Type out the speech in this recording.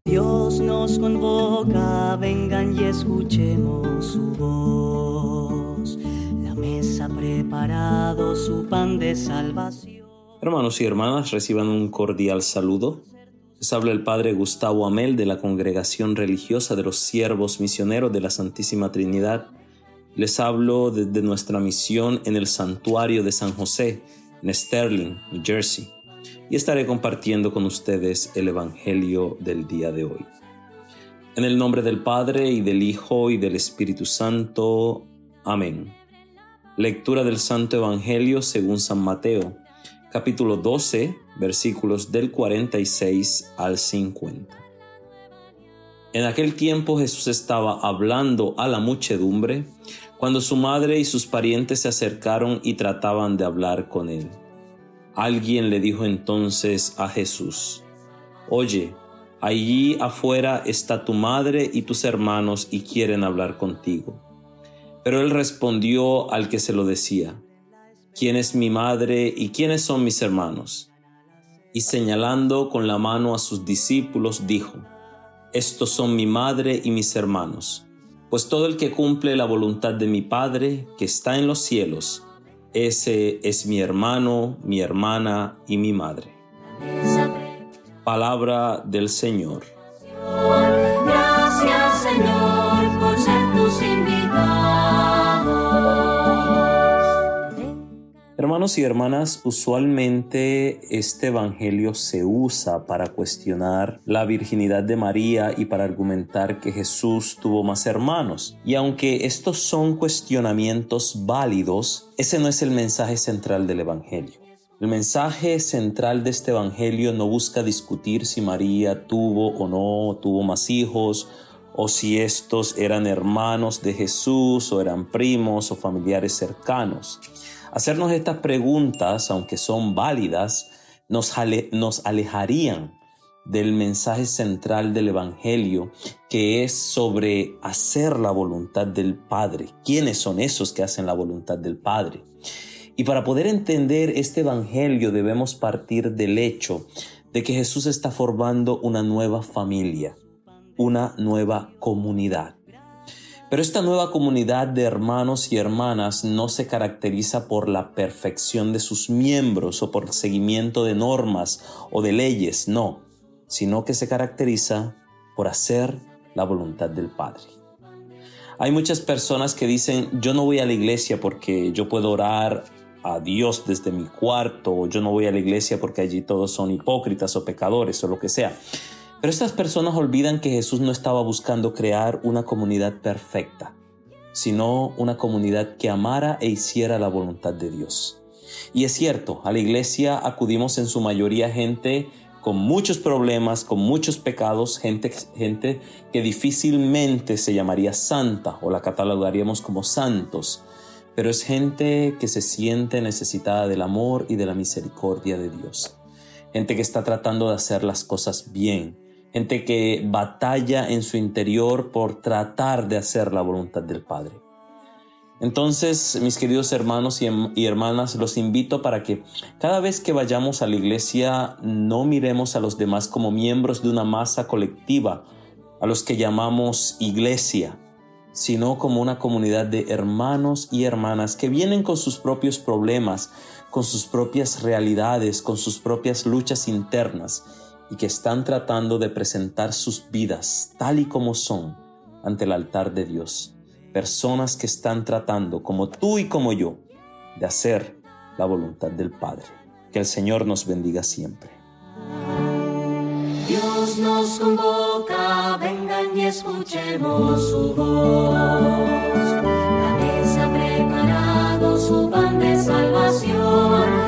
Dios nos convoca, vengan y escuchemos su voz. La mesa ha preparado su pan de salvación. Hermanos y hermanas, reciban un cordial saludo. Les habla el Padre Gustavo Amel de la Congregación Religiosa de los Siervos Misioneros de la Santísima Trinidad. Les hablo desde nuestra misión en el Santuario de San José, en Sterling, New Jersey, y estaré compartiendo con ustedes el Evangelio del día de hoy. En el nombre del Padre, y del Hijo, y del Espíritu Santo. Amén. Lectura del Santo Evangelio según San Mateo, capítulo 12, versículos del 46 al 50. En aquel tiempo Jesús estaba hablando a la muchedumbre, cuando su madre y sus parientes se acercaron y trataban de hablar con él. Alguien le dijo entonces a Jesús: «Oye, allí afuera está tu madre y tus hermanos y quieren hablar contigo». Pero él respondió al que se lo decía: «¿Quién es mi madre y quiénes son mis hermanos?». Y señalando con la mano a sus discípulos, dijo: «Estos son mi madre y mis hermanos. Pues todo el que cumple la voluntad de mi Padre, que está en los cielos, ese es mi hermano, mi hermana y mi madre». Palabra del Señor. Gracias, Señor, por ser tus invitados. Hermanos y hermanas, usualmente este evangelio se usa para cuestionar la virginidad de María y para argumentar que Jesús tuvo más hermanos. Y aunque estos son cuestionamientos válidos, ese no es el mensaje central del evangelio. El mensaje central de este evangelio no busca discutir si María tuvo o no tuvo más hijos, o si estos eran hermanos de Jesús, o eran primos o familiares cercanos. Hacernos estas preguntas, aunque son válidas, nos alejarían del mensaje central del Evangelio, que es sobre hacer la voluntad del Padre. ¿Quiénes son esos que hacen la voluntad del Padre? Y para poder entender este Evangelio debemos partir del hecho de que Jesús está formando una nueva familia, una nueva comunidad. Pero esta nueva comunidad de hermanos y hermanas no se caracteriza por la perfección de sus miembros o por el seguimiento de normas o de leyes, no, sino que se caracteriza por hacer la voluntad del Padre. Hay muchas personas que dicen: yo no voy a la iglesia porque yo puedo orar a Dios desde mi cuarto, o yo no voy a la iglesia porque allí todos son hipócritas o pecadores o lo que sea. Pero estas personas olvidan que Jesús no estaba buscando crear una comunidad perfecta, sino una comunidad que amara e hiciera la voluntad de Dios. Y es cierto, a la iglesia acudimos en su mayoría gente con muchos problemas, con muchos pecados, gente que difícilmente se llamaría santa o la catalogaríamos como santos, pero es gente que se siente necesitada del amor y de la misericordia de Dios. Gente que está tratando de hacer las cosas bien. Gente que batalla en su interior por tratar de hacer la voluntad del Padre. Entonces, mis queridos hermanos y hermanas, los invito para que cada vez que vayamos a la iglesia no miremos a los demás como miembros de una masa colectiva, a los que llamamos iglesia, sino como una comunidad de hermanos y hermanas que vienen con sus propios problemas, con sus propias realidades, con sus propias luchas internas, y que están tratando de presentar sus vidas tal y como son ante el altar de Dios. Personas que están tratando, como tú y como yo, de hacer la voluntad del Padre. Que el Señor nos bendiga siempre. Dios nos convoca, vengan y escuchemos su voz. La mesa ha preparado su pan de salvación.